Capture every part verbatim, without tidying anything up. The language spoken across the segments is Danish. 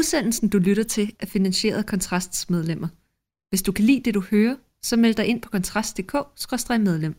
Udsendelsen, du lytter til, er finansieret af Kontrasts medlemmer. Hvis du kan lide det, du hører, så meld dig ind på kontrast punktum d k skråstreg medlem.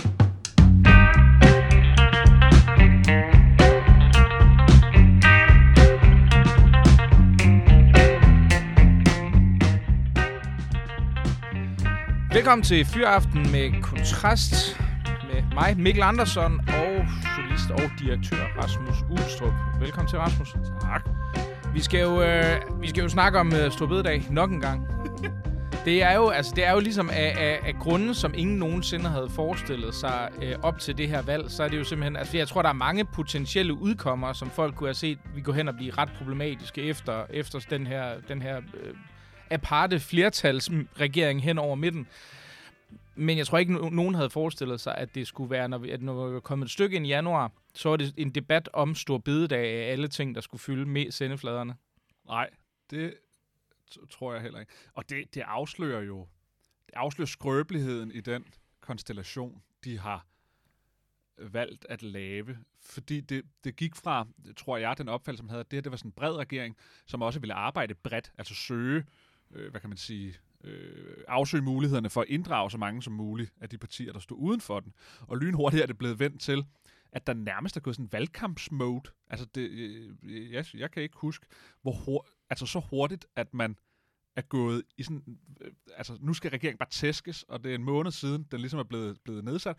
Velkommen til Fyraften med Kontrast med mig, Mikkel Andersson, og journalist og direktør Rasmus Ulstrup. Velkommen til, Rasmus. Tak. Vi skal jo, øh, vi skal jo snakke om øh, Store Bededag nok en gang. Det er jo, altså, det er jo ligesom af, af, af grunde, som ingen nogensinde havde forestillet sig øh, op til det her valg, så er det jo simpelthen, altså jeg tror, der er mange potentielle udkommere, som folk kunne have set, vi går hen og blive ret problematiske efter, efter den her, den her øh, aparte flertalsregering hen over midten. Men jeg tror ikke, no- nogen havde forestillet sig, at det skulle være, når vi, at når vi var kommet et stykke ind i januar, så var det en debat om Store Bededag af alle ting, der skulle fylde med sendefladerne. Nej, det t- tror jeg heller ikke. Og det, det afslører jo det afslører skrøbeligheden i den konstellation, de har valgt at lave. Fordi det, det gik fra, tror jeg, den opfattelse, som havde, at det, det var sådan en bred regering, som også ville arbejde bredt, altså søge, øh, hvad kan man sige, øh, afsøge mulighederne for at inddrage så mange som muligt af de partier, der stod uden for den. Og lynhurtigt er det blevet vendt til, at der nærmest er gået sådan en valgkampsmode. Altså, det, øh, jeg, jeg kan ikke huske, hvor hurtigt, altså så hurtigt, at man er gået i sådan, øh, altså nu skal regeringen bare tæskes, og det er en måned siden, den ligesom er blevet, blevet nedsat.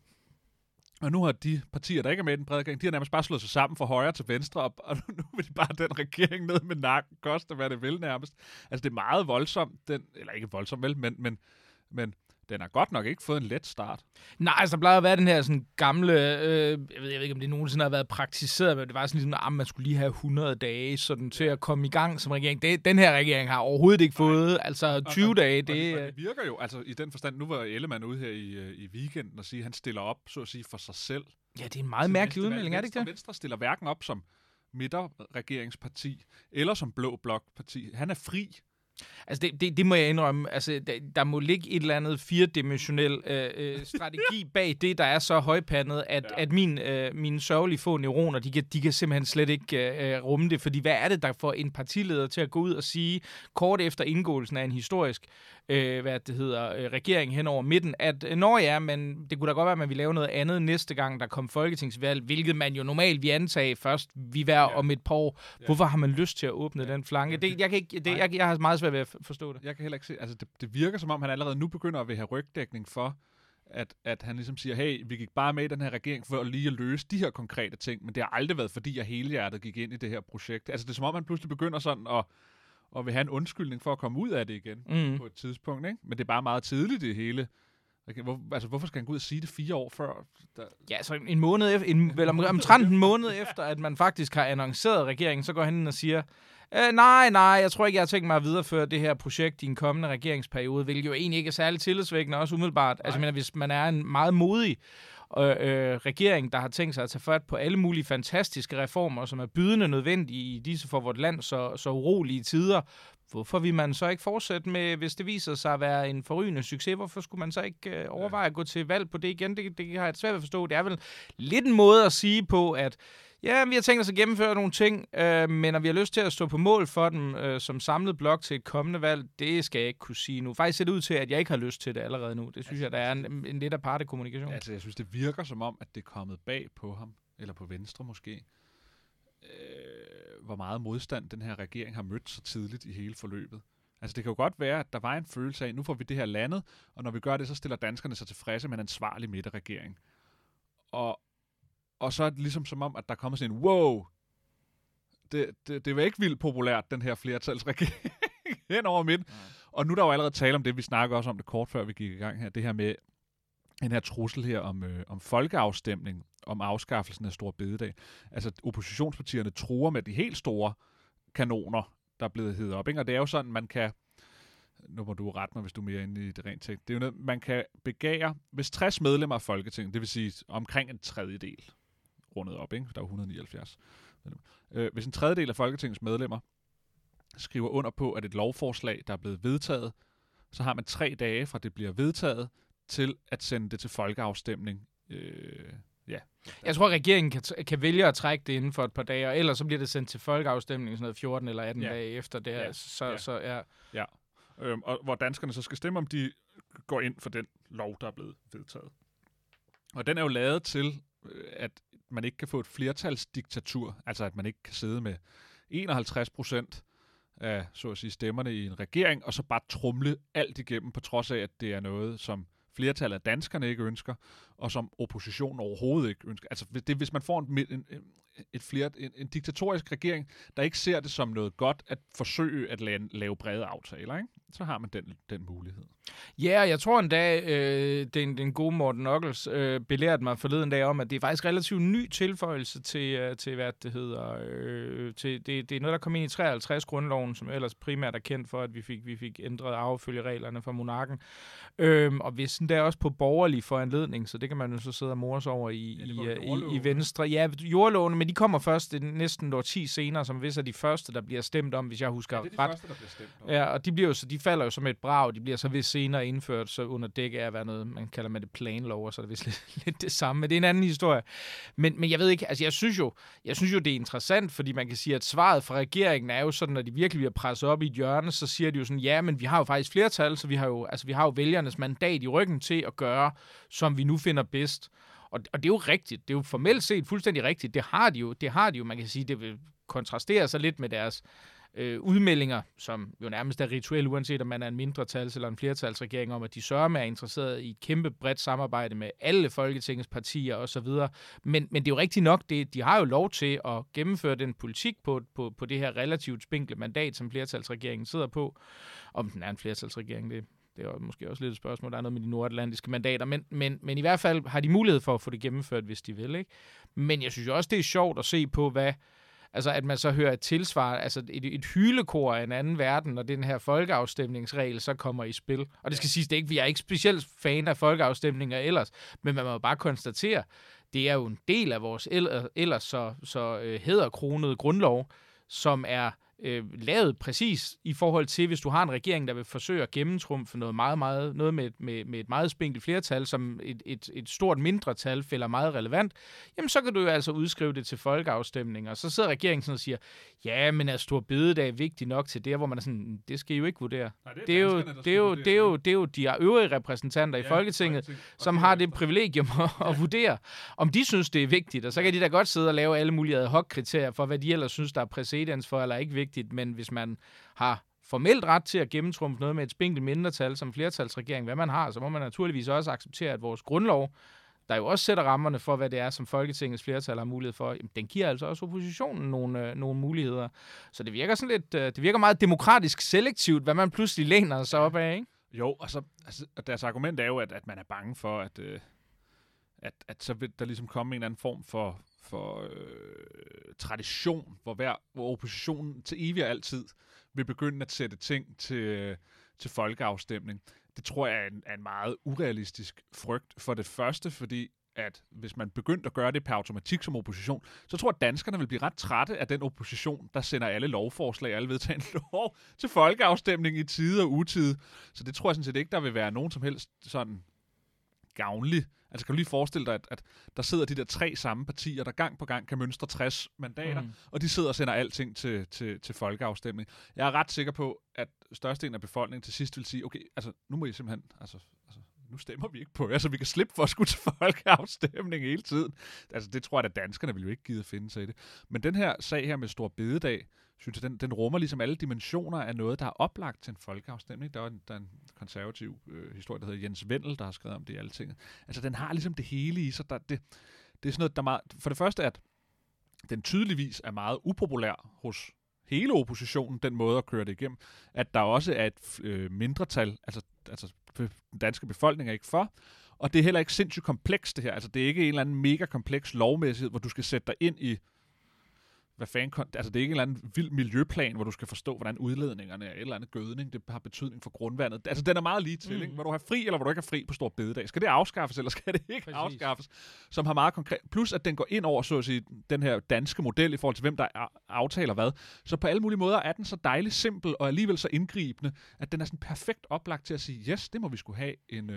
Og nu har de partier, der ikke er med i den brede regering, de har nærmest bare slået sig sammen fra højre til venstre, og, og nu vil de bare den regering ned med nakken, koste hvad det vil nærmest. Altså det er meget voldsomt, den, eller ikke voldsomt vel, men, men, men den har godt nok ikke fået en let start. Nej, altså der plejer at være den her sådan gamle, øh, jeg, ved, jeg ved ikke, om det nogensinde har været praktiseret, men det var sådan ligesom, at man skulle lige have hundrede dage sådan, til at komme i gang som regering. Det, den her regering har overhovedet ikke fået, Nej. altså tyve og, dage. Og, det, og, og det virker jo, altså i den forstand, nu var Ellemann ude her i, i weekenden og sige, at han stiller op, så at sige, for sig selv. Ja, det er en meget mærkelig udmelding, er det ikke det? Venstre stiller hverken op som midterregeringsparti eller som blå blokparti. Han er fri. Altså, det, det, det må jeg indrømme. Altså, der, der må ligge et eller andet firedimensionel øh, øh, strategi bag det, der er så højpandet, at, ja. at min, øh, mine sørgelige få neuroner, de kan, de kan simpelthen slet ikke øh, rumme det. Fordi hvad er det, der får en partileder til at gå ud og sige, kort efter indgåelsen af en historisk øh, hvad det hedder, øh, regering hen over midten, at øh, når ja, men det kunne da godt være, at man vil lave noget andet næste gang, der kom folketingsvalg, hvilket man jo normalt vil antage først, vi være ja. om et par år. Ja. Hvorfor har man lyst til at åbne ja. den flanke? Det, jeg, kan ikke, det, jeg, jeg har meget svært ved at forstå det. Jeg kan heller ikke se, altså det, det virker som om, han allerede nu begynder at vil have rygdækning for, at, at han ligesom siger, hey, vi gik bare med i den her regering for at lige at løse de her konkrete ting, men det har aldrig været, fordi jeg helhjertet gik ind i det her projekt. Altså det er som om, han pludselig begynder sådan at, at vil have en undskyldning for at komme ud af det igen mm. på et tidspunkt, ikke? Men det er bare meget tidligt det hele. Hvor, altså hvorfor skal han gå ud og sige det fire år før? Der... Ja, så en måned efter, en, vel omtrent en måned efter, at man faktisk har annonceret regeringen, så går han ind og siger, Øh, nej, nej, jeg tror ikke, jeg har tænkt mig at videreføre det her projekt i en kommende regeringsperiode, hvilket jo egentlig ikke er særlig tillidsvækkende, også umiddelbart. Nej. Altså, men, hvis man er en meget modig øh, øh, regering, der har tænkt sig at tage fat på alle mulige fantastiske reformer, som er bydende nødvendige i disse for vort land så, så urolige tider, hvorfor vil man så ikke fortsætte med, hvis det viser sig at være en forrygende succes, hvorfor skulle man så ikke øh, overveje at gå til valg på det igen? Det, det har jeg svært ved at forstå. Det er vel lidt en måde at sige på, at ja, vi har tænkt os at gennemføre nogle ting, øh, men når vi har lyst til at stå på mål for dem øh, som samlet blok til et kommende valg, det skal jeg ikke kunne sige nu. Faktisk ser det ud til, at jeg ikke har lyst til det allerede nu. Det synes altså, jeg, der er en, en lidt aparte kommunikation. Altså, jeg synes, det virker som om, at det er kommet bag på ham, eller på Venstre måske, øh, hvor meget modstand den her regering har mødt så tidligt i hele forløbet. Altså, det kan jo godt være, at der var en følelse af, nu får vi det her landet, og når vi gør det, så stiller danskerne sig tilfredse med en ansvarlig midterregering. Og Og så er det ligesom som om, at der kommer sådan en, wow, det, det, det var ikke vildt populært, den her flertalsregering hen over midten. Nej. Og nu er der jo allerede tale om det, vi snakker også om det kort før vi gik i gang her, det her med den her trussel her om, øh, om folkeafstemning, om afskaffelsen af Store Bededag. Altså oppositionspartierne truer med de helt store kanoner, der er blevet heddet op. Ikke? Og det er jo sådan, man kan, nu må du rette mig, hvis du er mere inde i det rent tekst, det er jo noget, man kan begære, hvis tres medlemmer af Folketinget, det vil sige omkring en tredjedel, rundet op, ikke? Der er jo et hundrede og nioghalvfjerds. Øh, hvis en tredjedel af Folketingets medlemmer skriver under på, at et lovforslag, der er blevet vedtaget, så har man tre dage fra det bliver vedtaget, til at sende det til folkeafstemning øh, ja. Jeg tror, regeringen kan, t- kan vælge at trække det inden for et par dage, og ellers så bliver det sendt til folkeafstemning sådan noget fjorten eller atten ja. dage efter det her. Ja. Så, Ja. så ja. Ja, øhm, og hvor danskerne så skal stemme, om de går ind for den lov, der er blevet vedtaget. Og den er jo lavet til, øh, at man ikke kan få et flertalsdiktatur, altså at man ikke kan sidde med enoghalvtreds procent af, så at sige, stemmerne i en regering, og så bare trumle alt igennem, på trods af, at det er noget, som flertallet af danskerne ikke ønsker, og som oppositionen overhovedet ikke ønsker. Altså, det, hvis man får en, en, et flere, en, en diktatorisk regering, der ikke ser det som noget godt at forsøge at lave, lave brede aftaler, ikke? Så har man den, den mulighed. Ja, jeg tror en dag, øh, den, den gode Morten Ockels øh, belærte mig forleden dag om, at det er faktisk relativt ny tilføjelse til, uh, til hvad det hedder. Øh, til, det, det er noget, der kom ind i treoghalvtreds-grundloven, som ellers primært er kendt for, at vi fik, vi fik ændret arvefølgereglerne for monarken. Øh, og hvis den der også på borgerlig foranledning, så det kan man jo så sidde og morse over i, ja, i, i, i Venstre. Ja, jordlovene, men de kommer først det næsten et årti senere, som hvis er de første, der bliver stemt om, hvis jeg husker ret. Ja, det er de ret. Første, der bliver stemt om. Ja, og de, bliver jo så, de falder jo som et brag. De bliver så vist senere indført, så under dæk af at være noget, man kalder med det planlov, og så er det vist lidt, lidt det samme. Men det er en anden historie. Men, men jeg ved ikke, altså jeg synes jo, jeg synes jo, det er interessant, fordi man kan sige, at svaret fra regeringen er jo sådan, når de virkelig bliver presset op i et hjørne, så siger de jo sådan, ja, men vi har jo faktisk flertal, så vi har jo, altså vi har jo vælgernes mandat i ryggen til at gøre, som vi nu finder bedst. Og, og det er jo rigtigt. Det er jo formelt set fuldstændig rigtigt. Det har de jo. Det har de jo. Man kan sige, det vil kontrastere sig lidt med deres øh, udmeldinger, som jo nærmest er rituelle, uanset om man er en mindretals- eller en flertalsregering, om at de sørger med at er interesseret i et kæmpe bredt samarbejde med alle Folketingets partier osv. Men, men det er jo rigtigt nok, det, de har jo lov til at gennemføre den politik på, på, på det her relativt spinkle mandat, som flertalsregeringen sidder på. Om den er en flertalsregering, det Det er måske også lidt et spørgsmål. Der er noget med de nordatlantiske mandater. Men, men, men i hvert fald har de mulighed for at få det gennemført, hvis de vil. Ikke? Men jeg synes jo også, det er sjovt at se på, hvad, altså at man så hører et tilsvar, altså et, et hylekor af en anden verden, når den her folkeafstemningsregel så kommer i spil. Og det skal siges, det er ikke, vi er ikke specielt fan af folkeafstemninger ellers, men man må jo bare konstatere, det er jo en del af vores ellers så, så øh, hæderkronede grundlov, som er Øh, lavet præcis i forhold til, hvis du har en regering, der vil forsøge at gennemtrumfe noget meget, meget, noget med, med, med et meget spinkelt flertal, som et, et, et stort mindretal fælder meget relevant, jamen så kan du jo altså udskrive det til folkeafstemning, og så sidder regeringen sådan og siger, ja, men er stor bededag vigtig nok til det, hvor man er sådan, det skal I jo ikke vurdere. Nej, det, er det, er jo, det, er jo, det, er jo, det er jo de øvrige repræsentanter ja, i Folketinget, Folketing. som har det privilegium at, ja. at vurdere, om de synes, det er vigtigt, og så kan de da godt sidde og lave alle mulige ad hoc-kriterier for, hvad de ellers synes, der er præcedens for, eller ikke vigtigt. Men hvis man har formelt ret til at gennemtrumfe noget med et spinkelt mindretal som flertalsregering, hvad man har, så må man naturligvis også acceptere, at vores grundlov, der jo også sætter rammerne for, hvad det er, som Folketingets flertal har mulighed for, jamen, den giver altså også oppositionen nogle, øh, nogle muligheder. Så det virker sådan lidt, øh, det virker meget demokratisk selektivt, hvad man pludselig læner sig op af, ikke? Jo, altså, altså deres argument er jo, at, at man er bange for, at, øh, at, at så vil der ligesom komme en eller anden form for for øh, tradition, hvor, hver, hvor oppositionen til evig og altid vil begynde at sætte ting til, til folkeafstemning. Det tror jeg er en, er en meget urealistisk frygt. For det første, fordi at hvis man begyndte at gøre det per automatik som opposition, så tror jeg, at danskerne vil blive ret trætte af den opposition, der sender alle lovforslag, alle vedtagende lov til folkeafstemning i tide og utide. Så det tror jeg sådan set ikke, der vil være nogen som helst sådan gavnlig. Altså kan du lige forestille dig, at, at der sidder de der tre samme partier, der gang på gang kan mønstre tres mandater, mm. og de sidder og sender alting til, til, til folkeafstemning. Jeg er ret sikker på, at størstedelen af befolkningen til sidst vil sige, okay, altså nu må I simpelthen, altså, altså nu stemmer vi ikke på jer, så vi kan slippe for at skulle til folkeafstemning hele tiden. Altså det tror jeg, at danskerne vil jo ikke gide at finde sig i det. Men den her sag her med Stor Bededag, synes jeg, den, den rummer ligesom alle dimensioner af noget, der er oplagt til en folkeafstemning. Der er en, der er en konservativ øh, historie, der hedder Jens Wendel, der har skrevet om det i alle ting. Altså, den har ligesom det hele i sig. Der, det, det er sådan noget, der meget... For det første, at den tydeligvis er meget upopulær hos hele oppositionen, den måde at køre det igennem. At der også er et øh, mindretal, altså, altså den danske befolkning er ikke for. Og det er heller ikke sindssygt komplekst, det her. Altså, det er ikke en eller anden mega kompleks lovmæssighed, hvor du skal sætte dig ind i hvad fanden, altså det er ikke en eller anden vild miljøplan, hvor du skal forstå, hvordan udledningerne er, et eller andet gødning, det har betydning for grundvandet. Altså den er meget lige til, mm. ikke? Hvor du har fri, eller hvor du ikke har fri på Stor Bededag. Skal det afskaffes, eller skal det ikke Præcis. afskaffes? Som har meget konkret. Plus at den går ind over, så at sige, den her danske model i forhold til, hvem der aftaler hvad. Så på alle mulige måder er den så dejligt simpel, og alligevel så indgribende, at den er sådan perfekt oplagt til at sige, yes, det må vi skulle have en, øh,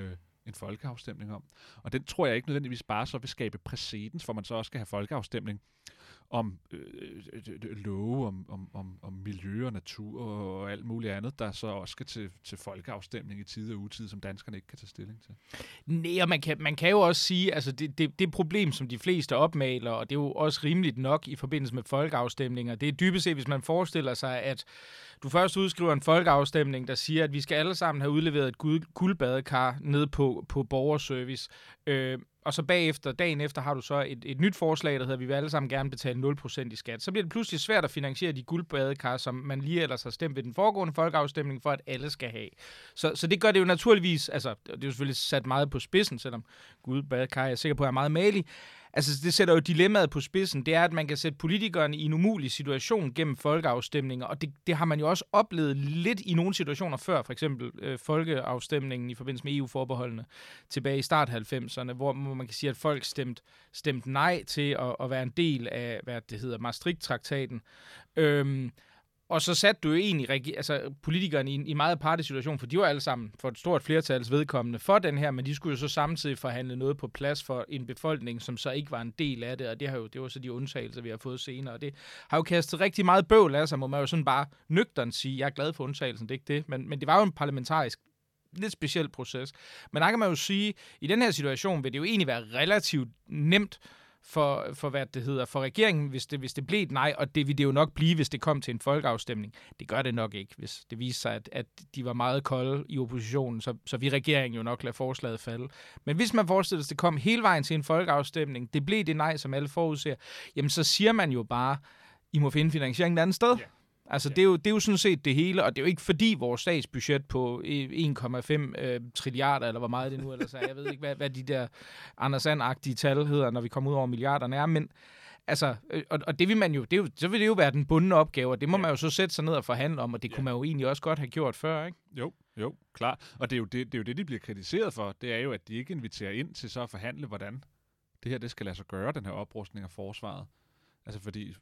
en folkeafstemning om. Og den tror jeg ikke nødvendigvis bare så vil skabe præcedens, for man så også skal have folkeafstemning om øh, øh, love, om, om, om, om miljø og natur og alt muligt andet, der så også skal til, til folkeafstemning i tid og utid, som danskerne ikke kan tage stilling til. Nej, og man kan, man kan jo også sige, altså det, det, det problem, som de fleste opmaler, og det er jo også rimeligt nok i forbindelse med folkeafstemninger, det er dybest set, hvis man forestiller sig, at du først udskriver en folkeafstemning, der siger, at vi skal alle sammen have udleveret et guldbadekar ned på, på borgerservice, øh, og så bagefter, dagen efter, har du så et, et nyt forslag, der hedder, at vi vil alle sammen gerne betale nul procent i skat. Så bliver det pludselig svært at finansiere de guldbadekar, som man lige ellers har stemt ved den foregående folkeafstemning, for at alle skal have. Så, så det gør det jo naturligvis, altså det er jo selvfølgelig sat meget på spidsen, selvom guldbadekar, jeg er sikker på, er meget malig. Altså, det sætter jo dilemmaet på spidsen. Det er, at man kan sætte politikerne i en umulig situation gennem folkeafstemninger, og det, det har man jo også oplevet lidt i nogle situationer før, for eksempel øh, folkeafstemningen i forbindelse med E U-forbeholdene tilbage i start halvfemserne, hvor man kan sige, at folk stemte, stemte nej til at, at være en del af, hvad det hedder, Maastricht-traktaten. Øhm, Og så satte du jo egentlig altså, politikerne i en i meget aparte situation, for de var alle sammen for et stort flertals vedkommende for den her, men de skulle jo så samtidig forhandle noget på plads for en befolkning, som så ikke var en del af det, og det, har jo, det var så de undtagelser, vi har fået senere, og det har jo kastet rigtig meget bøvl af sig, må man jo sådan bare nøgternt sige, jeg er glad for undtagelsen, det er ikke det, men, men det var jo en parlamentarisk lidt speciel proces. Men der kan man jo sige, i den her situation vil det jo egentlig være relativt nemt for, for hvad det hedder, for regeringen, hvis det, hvis det blev et nej, og det ville det jo nok blive, hvis det kom til en folkeafstemning. Det gør det nok ikke, hvis det viser sig, at, at de var meget kolde i oppositionen, så, så vi regeringen jo nok lade forslaget falde. Men hvis man forestiller sig, at det kom hele vejen til en folkeafstemning, det blev det nej, som alle forudser, jamen så siger man jo bare, I må finde finansiering et andet sted. Yeah. Altså, ja. det, er jo, det er jo sådan set det hele, og det er jo ikke fordi vores statsbudget på en komma fem øh, trilliarder, eller hvor meget det nu ellers er. Jeg ved ikke, hvad, hvad de der Anders And-agtige tal hedder, når vi kommer ud over milliarderne er, men altså, og, og det vil man jo, det er jo, så vil det jo være den bundne opgave, og det må ja. man jo så sætte sig ned og forhandle om, og det ja. kunne man jo egentlig også godt have gjort før, ikke? Jo, jo, klar. Og det er jo det, det, er jo det de bliver kritiseret for, det er jo, at de ikke inviterer ind til så at forhandle, hvordan det her, det skal lade sig gøre, den her oprustning af forsvaret. Altså, fordi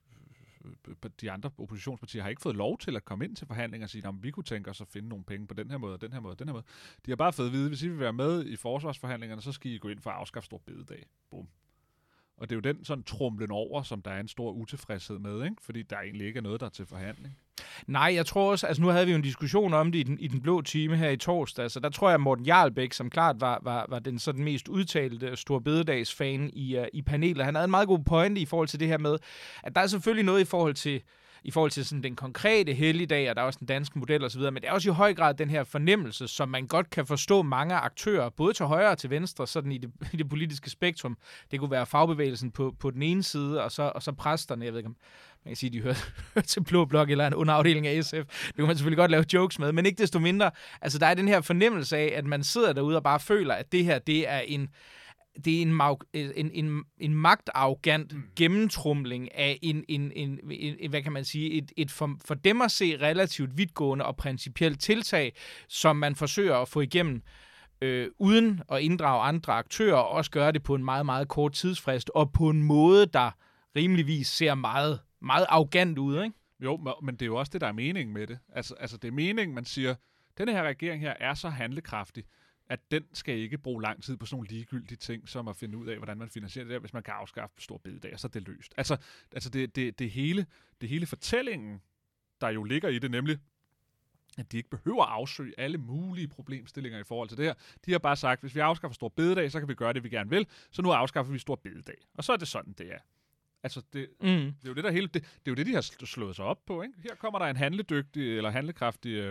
de andre oppositionspartier har ikke fået lov til at komme ind til forhandlinger og sige, at vi kunne tænke os at finde nogle penge på den her måde, den her måde, den her måde. De har bare fået at vide, hvis I vil være med i forsvarsforhandlingerne, så skal I gå ind for at afskaffe stor bededag. Bum. Og det er jo den sådan trumlen over, som der er en stor utilfredshed med, ikke? Fordi der egentlig ikke er noget, der er til forhandling. Nej, jeg tror også, altså nu havde vi jo en diskussion om det i den, i den blå time her i torsdag, så der tror jeg, at Morten Jarlbæk, som klart var, var, var den sådan mest udtalte store bededagsfan i, uh, i panelet, han havde en meget god pointe i forhold til det her med, at der er selvfølgelig noget i forhold til i forhold til sådan den konkrete helligdag, og der er også den danske model og så videre, men det er også i høj grad den her fornemmelse, som man godt kan forstå mange aktører, både til højre og til venstre, sådan i det, i det politiske spektrum. Det kunne være fagbevægelsen på, på den ene side, og så, og så præsterne, jeg ved ikke om man kan sige, de hører, hører til Blå Blok eller en underafdeling af S F. Det kan man selvfølgelig godt lave jokes med, men ikke desto mindre. Altså, der er den her fornemmelse af, at man sidder derude og bare føler, at det her, det er en det er en, en, en, en magtarrogant mm. gennemtrumling af en, en, en, en, hvad kan man sige, et, et for, for dem at se relativt vidtgående og principielt tiltag, som man forsøger at få igennem, øh, uden at inddrage andre aktører, og også gøre det på en meget, meget kort tidsfrist, og på en måde, der rimeligvis ser meget, meget arrogant ud, ikke? Jo, men det er jo også det, der er meningen med det. Altså, altså det er meningen, man siger, denne her regering her er så handlekraftig, at den skal ikke bruge lang tid på sådan nogle ligegyldige ting, som at finde ud af, hvordan man finansierer det der, hvis man kan afskaffe stor bededag, så er det løst. Altså, altså det, det, det, hele, det hele fortællingen, der jo ligger i det, nemlig, at de ikke behøver at afsøge alle mulige problemstillinger i forhold til det her. De har bare sagt, hvis vi afskaffer stor bededag, så kan vi gøre det, vi gerne vil, så nu afskaffer vi stor bededag. Og så er det sådan, det er. Altså, det, mm. det er jo det, der hele, det, det er jo det, de har slået sig op på, ikke? Her kommer der en handledygtig eller handlekraftig Øh,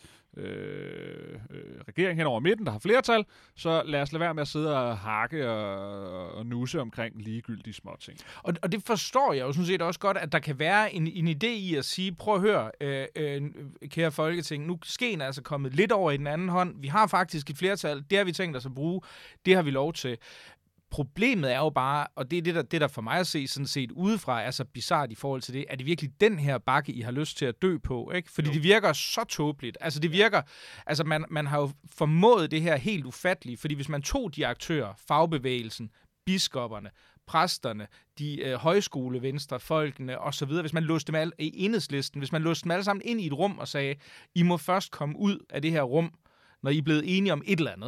Øh, øh, regering hen over midten, der har flertal, så lad os lade være med at sidde og hakke og, og nusse omkring ligegyldige småting. Og, og det forstår jeg jo sådan set også godt, at der kan være en, en idé i at sige, prøv at høre, øh, øh, kære Folketing, nu er skeen altså kommet lidt over i den anden hånd. Vi har faktisk et flertal, det har vi tænkt os at bruge, det har vi lov til. Problemet er jo bare, og det er det der, det der for mig at se sådan set udefra er så bizart i forhold til det, er det virkelig den her bakke, I har lyst til at dø på, ikke? Fordi jo. Det virker så tåbeligt. Altså det virker, altså man, man har jo formået det her helt ufatteligt, fordi hvis man tog de aktører, fagbevægelsen, biskopperne, præsterne, de øh, højskolevenstrefolkene og så videre, hvis man låste dem alle i Enhedslisten, hvis man låste dem alle sammen ind i et rum og sagde, I må først komme ud af det her rum, når I er blevet enige om et eller andet, ikke?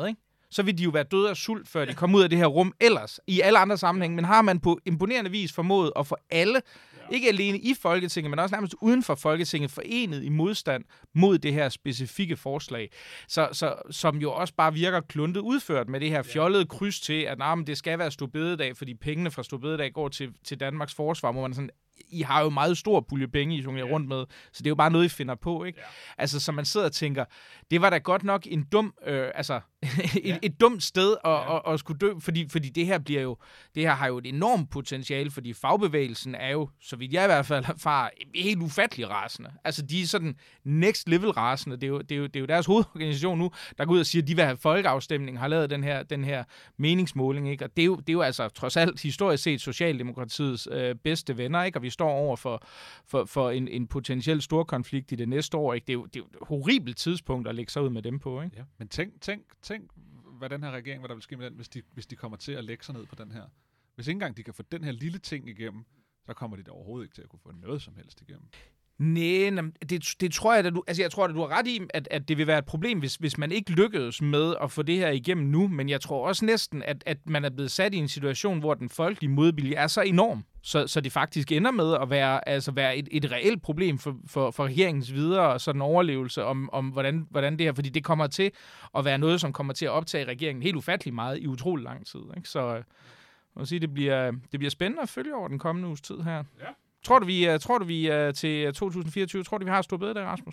så vil de jo være døde af sult, før de kommer ud af det her rum ellers, i alle andre sammenhænge. Men har man på imponerende vis formået at få alle, ja. ikke alene i Folketinget, men også nærmest uden for Folketinget, forenet i modstand mod det her specifikke forslag, så, så, som jo også bare virker kluntet udført med det her fjollede kryds til, at nah, det skal være Storebededag, fordi pengene fra Storebededag går til, til Danmarks forsvar, hvor man sådan, I har jo meget stor pulje penge, I jonglerer rundt med, så det er jo bare noget, I finder på, ikke? Ja. Altså, så man sidder og tænker, det var da godt nok en dum, øh, altså, et, ja. et dumt sted at, ja. at, at, at skulle dø, fordi, fordi det her bliver jo, det her har jo et enormt potentiale, fordi fagbevægelsen er jo, så vidt jeg i hvert fald erfarer, helt ufattelig rasende. Altså, de er sådan next level rasende. Det er jo, det er jo, det er jo deres hovedorganisation nu, der går ud og siger, at de vil have folkeafstemning, har lavet den her, den her meningsmåling, ikke? Og det er, jo, det er jo altså trods alt historisk set Socialdemokratiets øh, bedste venner, ikke? Og vi står over for, for, for en, en potentiel stor konflikt i det næste år, ikke? Det er jo, det er jo et horribelt tidspunkt at lægge sig ud med dem på, ikke? Ja, men tænk, tænk, tænk, hvad den her regering, hvad der vil ske med den, hvis de, hvis de kommer til at lægge sig ned på den her. Hvis ikke engang de kan få den her lille ting igennem, så kommer de da overhovedet ikke til at kunne få noget som helst igennem. Nej, det, det tror jeg, at du, altså jeg tror, at du har ret i, at, at det vil være et problem, hvis, hvis man ikke lykkedes med at få det her igennem nu, men jeg tror også næsten, at, at man er blevet sat i en situation, hvor den folkelige modvilje er så enorm, så, så det faktisk ender med at være, altså være et, et reelt problem for, for, for regeringens videre sådan overlevelse om, om hvordan, hvordan det her, fordi det kommer til at være noget, som kommer til at optage regeringen helt ufattelig meget i utrolig lang tid. Ikke? Så jeg sige, det, bliver, det bliver spændende at følge over den kommende uges tid her. Ja. Tror du, vi, tror du, vi uh, til to tusind fireogtyve, tror du, vi har Storebededag, Rasmus?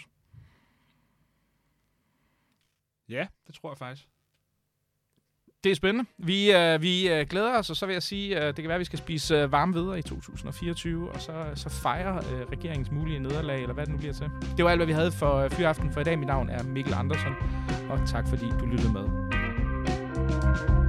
Ja, det tror jeg faktisk. Det er spændende. Vi, uh, vi uh, glæder os, og så vil jeg sige, uh, det kan være, at vi skal spise uh, varme videre i to tusind fireogtyve, og så, så fejre uh, regeringens mulige nederlag, eller hvad det nu bliver til. Det var alt, hvad vi havde for uh, Fyraften for i dag. Mit navn er Mikkel Andersen, og tak fordi du lyttede med.